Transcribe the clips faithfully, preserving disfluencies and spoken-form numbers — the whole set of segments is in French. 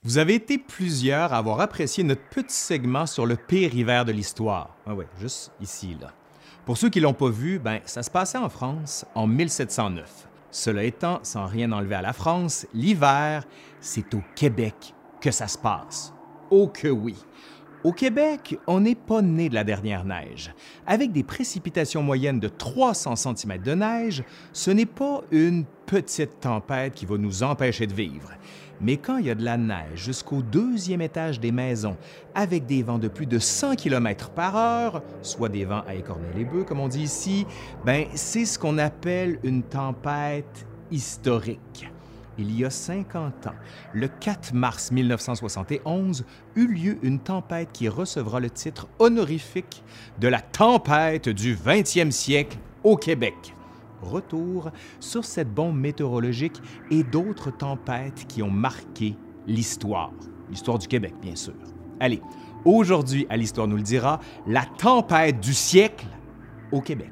Vous avez été plusieurs à avoir apprécié notre petit segment sur le pire hiver de l'histoire. Ah oui, juste ici, là. Pour ceux qui ne l'ont pas vu, ben, ça se passait en France en mille sept cent neuf. Cela étant, sans rien enlever à la France, l'hiver, c'est au Québec que ça se passe. Oh que oui! Au Québec, on n'est pas né de la dernière neige. Avec des précipitations moyennes de trois cents centimètres de neige, ce n'est pas une petite tempête qui va nous empêcher de vivre. Mais quand il y a de la neige jusqu'au deuxième étage des maisons, avec des vents de plus de cent kilomètres par heure, soit des vents à écorner les bœufs, comme on dit ici, ben c'est ce qu'on appelle une tempête historique. Il y a cinquante ans, le quatre mars mille neuf cent soixante et onze, eut lieu une tempête qui recevra le titre honorifique de la tempête du vingtième siècle au Québec. Retour sur cette bombe météorologique et d'autres tempêtes qui ont marqué l'histoire. L'histoire du Québec, bien sûr. Allez, aujourd'hui, à l'Histoire nous le dira, la tempête du siècle au Québec.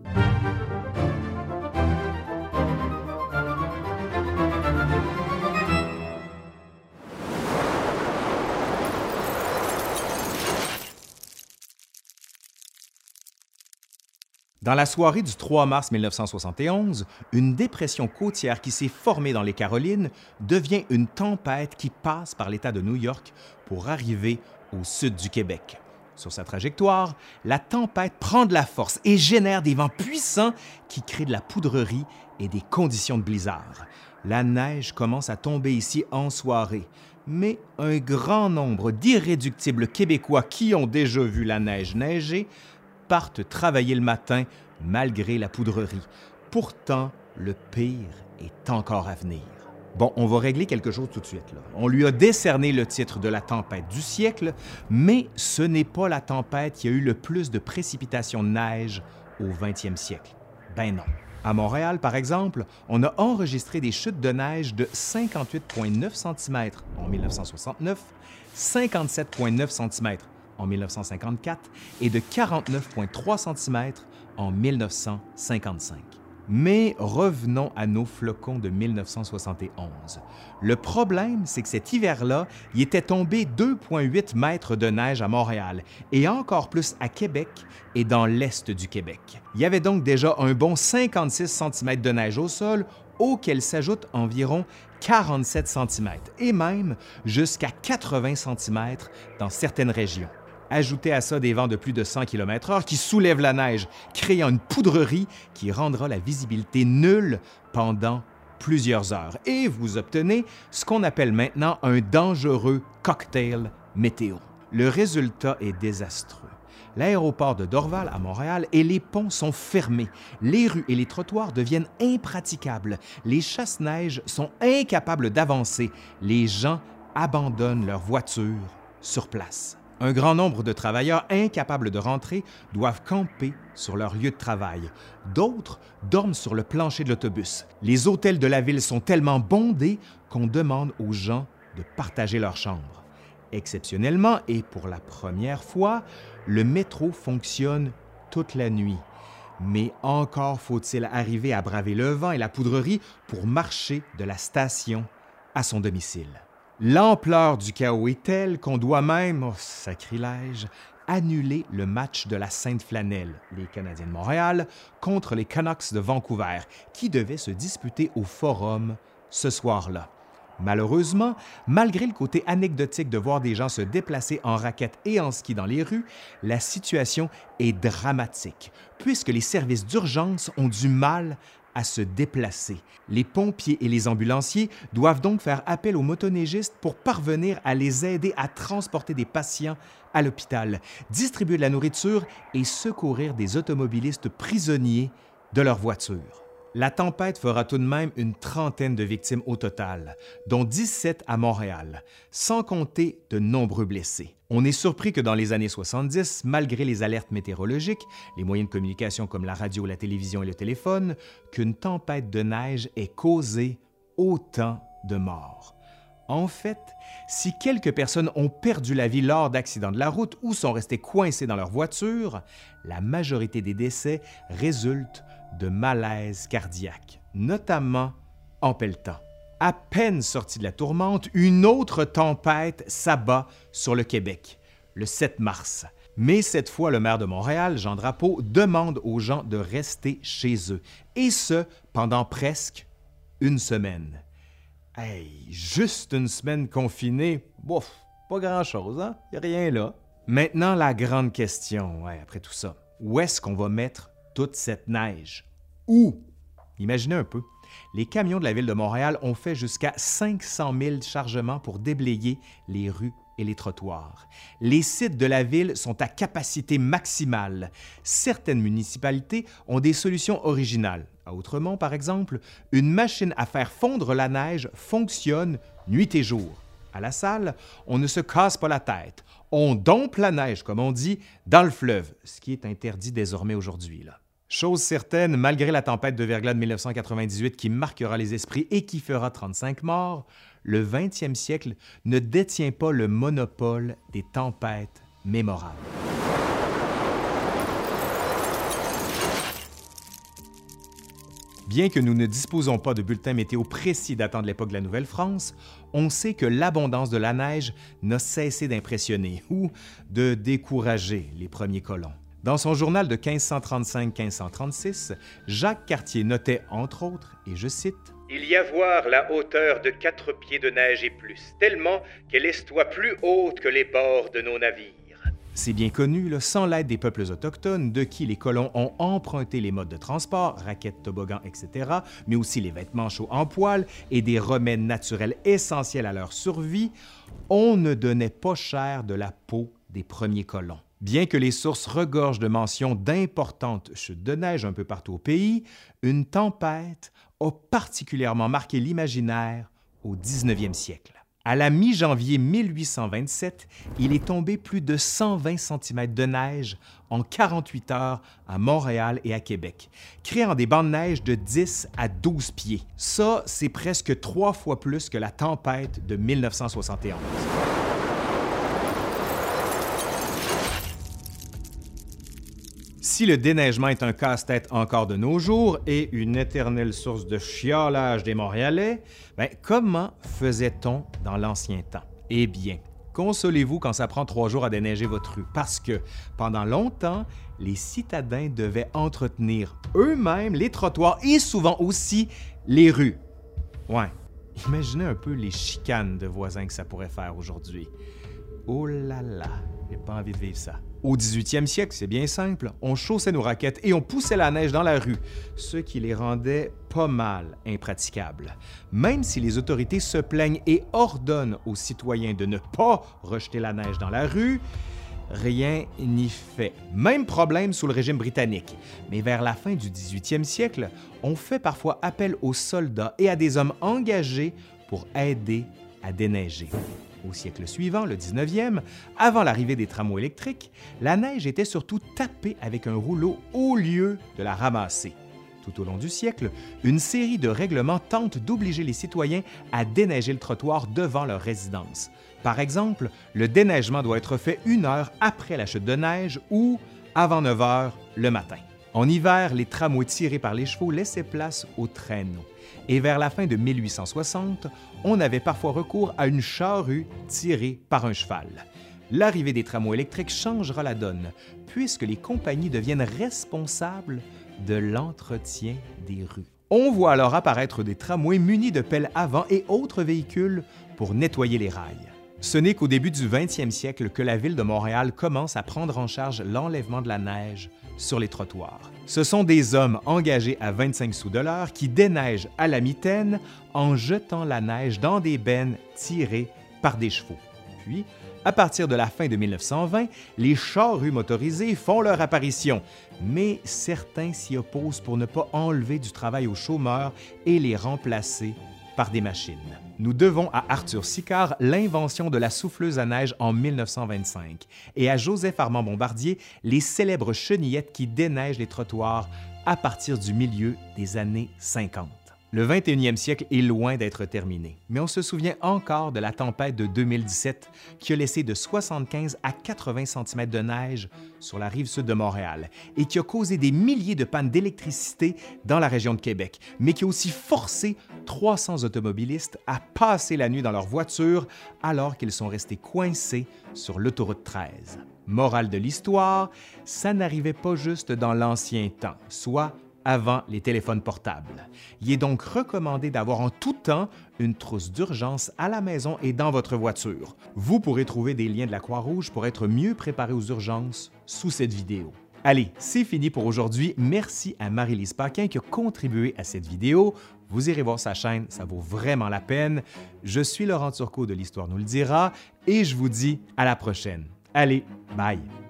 Dans la soirée du trois mars mille neuf cent soixante et onze, une dépression côtière qui s'est formée dans les Carolines devient une tempête qui passe par l'État de New York pour arriver au sud du Québec. Sur sa trajectoire, la tempête prend de la force et génère des vents puissants qui créent de la poudrerie et des conditions de blizzard. La neige commence à tomber ici en soirée, mais un grand nombre d'irréductibles Québécois qui ont déjà vu la neige neiger partent travailler le matin malgré la poudrerie. Pourtant, le pire est encore à venir. Bon, on va régler quelque chose tout de suite, là. On lui a décerné le titre de la tempête du siècle, mais ce n'est pas la tempête qui a eu le plus de précipitations de neige au vingtième siècle. Ben non. À Montréal, par exemple, on a enregistré des chutes de neige de cinquante-huit virgule neuf centimètres en mille neuf cent soixante-neuf, cinquante-sept virgule neuf centimètres en mille neuf cent cinquante-quatre et de quarante-neuf virgule trois centimètres en mille neuf cent cinquante-cinq. Mais revenons à nos flocons de mille neuf cent soixante et onze. Le problème, c'est que cet hiver-là, il était tombé deux virgule huit mètres de neige à Montréal et encore plus à Québec et dans l'est du Québec. Il y avait donc déjà un bon cinquante-six centimètres de neige au sol, auquel s'ajoutent environ quarante-sept centimètres et même jusqu'à quatre-vingts centimètres dans certaines régions. Ajoutez à ça des vents de plus de cent kilomètres heure qui soulèvent la neige, créant une poudrerie qui rendra la visibilité nulle pendant plusieurs heures. Et vous obtenez ce qu'on appelle maintenant un dangereux cocktail météo. Le résultat est désastreux. L'aéroport de Dorval à Montréal et les ponts sont fermés. Les rues et les trottoirs deviennent impraticables. Les chasse-neige sont incapables d'avancer. Les gens abandonnent leurs voitures sur place. Un grand nombre de travailleurs incapables de rentrer doivent camper sur leur lieu de travail. D'autres dorment sur le plancher de l'autobus. Les hôtels de la ville sont tellement bondés qu'on demande aux gens de partager leurs chambres. Exceptionnellement, et pour la première fois, le métro fonctionne toute la nuit. Mais encore faut-il arriver à braver le vent et la poudrerie pour marcher de la station à son domicile. L'ampleur du chaos est telle qu'on doit même, oh, sacrilège, annuler le match de la Sainte-Flanelle, les Canadiens de Montréal, contre les Canucks de Vancouver, qui devaient se disputer au Forum ce soir-là. Malheureusement, malgré le côté anecdotique de voir des gens se déplacer en raquettes et en ski dans les rues, la situation est dramatique, puisque les services d'urgence ont du mal à se déplacer. Les pompiers et les ambulanciers doivent donc faire appel aux motoneigistes pour parvenir à les aider à transporter des patients à l'hôpital, distribuer de la nourriture et secourir des automobilistes prisonniers de leur voiture. La tempête fera tout de même une trentaine de victimes au total, dont dix-sept à Montréal, sans compter de nombreux blessés. On est surpris que dans les années soixante-dix, malgré les alertes météorologiques, les moyens de communication comme la radio, la télévision et le téléphone, qu'une tempête de neige ait causé autant de morts. En fait, si quelques personnes ont perdu la vie lors d'accidents de la route ou sont restées coincées dans leur voiture, la majorité des décès résultent de malaise cardiaque, notamment en pelletant. À peine sortie de la tourmente, une autre tempête s'abat sur le Québec, le sept mars. Mais cette fois, le maire de Montréal, Jean Drapeau, demande aux gens de rester chez eux, et ce, pendant presque une semaine. Hey, juste une semaine confinée, bouf, pas grand-chose, hein? Y a rien là. Maintenant, la grande question, ouais, après tout ça, où est-ce qu'on va mettre toute cette neige? Où? Imaginez un peu. Les camions de la Ville de Montréal ont fait jusqu'à cinq cent mille chargements pour déblayer les rues et les trottoirs. Les sites de la ville sont à capacité maximale. Certaines municipalités ont des solutions originales. À Outremont, par exemple, une machine à faire fondre la neige fonctionne nuit et jour. À La Salle, on ne se casse pas la tête. On dompe la neige, comme on dit, dans le fleuve, ce qui est interdit désormais aujourd'hui, là. Chose certaine, malgré la tempête de verglas de mille neuf cent quatre-vingt-dix-huit qui marquera les esprits et qui fera trente-cinq morts, le vingtième siècle ne détient pas le monopole des tempêtes mémorables. Bien que nous ne disposons pas de bulletins météo précis datant de l'époque de la Nouvelle-France, on sait que l'abondance de la neige n'a cessé d'impressionner ou de décourager les premiers colons. Dans son journal de quinze cent trente-cinq à quinze cent trente-six, Jacques Cartier notait, entre autres, et je cite, « Il y a voir la hauteur de quatre pieds de neige et plus, tellement qu'elle estoit plus haute que les bords de nos navires. » C'est bien connu, là, sans l'aide des peuples autochtones, de qui les colons ont emprunté les modes de transport, raquettes, toboggans, et cetera, mais aussi les vêtements chauds en poil et des remèdes naturels essentiels à leur survie, on ne donnait pas cher de la peau des premiers colons. Bien que les sources regorgent de mentions d'importantes chutes de neige un peu partout au pays, une tempête a particulièrement marqué l'imaginaire au dix-neuvième siècle. À la mi-janvier mille huit cent vingt-sept, il est tombé plus de cent vingt centimètres de neige en quarante-huit heures à Montréal et à Québec, créant des bancs de neige de dix à douze pieds. Ça, c'est presque trois fois plus que la tempête de mille neuf cent soixante et onze. Si le déneigement est un casse-tête encore de nos jours et une éternelle source de chiolage des Montréalais, bien, comment faisait-on dans l'ancien temps? Eh bien, consolez-vous quand ça prend trois jours à déneiger votre rue, parce que pendant longtemps, les citadins devaient entretenir eux-mêmes les trottoirs et souvent aussi les rues. Ouais, imaginez un peu les chicanes de voisins que ça pourrait faire aujourd'hui. Oh là là, j'ai pas envie de vivre ça. Au dix-huitième siècle, c'est bien simple, on chaussait nos raquettes et on poussait la neige dans la rue, ce qui les rendait pas mal impraticables. Même si les autorités se plaignent et ordonnent aux citoyens de ne pas rejeter la neige dans la rue, rien n'y fait. Même problème sous le régime britannique. Mais vers la fin du dix-huitième siècle, on fait parfois appel aux soldats et à des hommes engagés pour aider à déneiger. Au siècle suivant, le dix-neuvième, avant l'arrivée des tramways électriques, la neige était surtout tapée avec un rouleau au lieu de la ramasser. Tout au long du siècle, une série de règlements tente d'obliger les citoyens à déneiger le trottoir devant leur résidence. Par exemple, le déneigement doit être fait une heure après la chute de neige ou avant neuf heures le matin. En hiver, les tramways tirés par les chevaux laissaient place aux traîneaux. Et vers la fin de mille huit cent soixante, on avait parfois recours à une charrue tirée par un cheval. L'arrivée des tramways électriques changera la donne, puisque les compagnies deviennent responsables de l'entretien des rues. On voit alors apparaître des tramways munis de pelles avant et autres véhicules pour nettoyer les rails. Ce n'est qu'au début du vingtième siècle que la Ville de Montréal commence à prendre en charge l'enlèvement de la neige sur les trottoirs. Ce sont des hommes engagés à vingt-cinq sous de l'heure qui déneigent à la mitaine en jetant la neige dans des bennes tirées par des chevaux. Puis, à partir de la fin de mille neuf cent vingt, les charrues motorisées font leur apparition, mais certains s'y opposent pour ne pas enlever du travail aux chômeurs et les remplacer par des machines. Nous devons à Arthur Sicard l'invention de la souffleuse à neige en mille neuf cent vingt-cinq et à Joseph Armand Bombardier les célèbres chenillettes qui déneigent les trottoirs à partir du milieu des années cinquante. Le vingt et unième siècle est loin d'être terminé, mais on se souvient encore de la tempête de deux mille dix-sept qui a laissé de soixante-quinze à quatre-vingts centimètres de neige sur la rive sud de Montréal et qui a causé des milliers de pannes d'électricité dans la région de Québec, mais qui a aussi forcé trois cents automobilistes à passer la nuit dans leur voiture alors qu'ils sont restés coincés sur l'autoroute treize. Morale de l'histoire, ça n'arrivait pas juste dans l'ancien temps, soit avant les téléphones portables. Il est donc recommandé d'avoir en tout temps une trousse d'urgence à la maison et dans votre voiture. Vous pourrez trouver des liens de la Croix-Rouge pour être mieux préparé aux urgences sous cette vidéo. Allez, c'est fini pour aujourd'hui. Merci à Marie-Lise Paquin qui a contribué à cette vidéo. Vous irez voir sa chaîne, ça vaut vraiment la peine. Je suis Laurent Turcot de l'Histoire nous le dira et je vous dis à la prochaine. Allez, bye!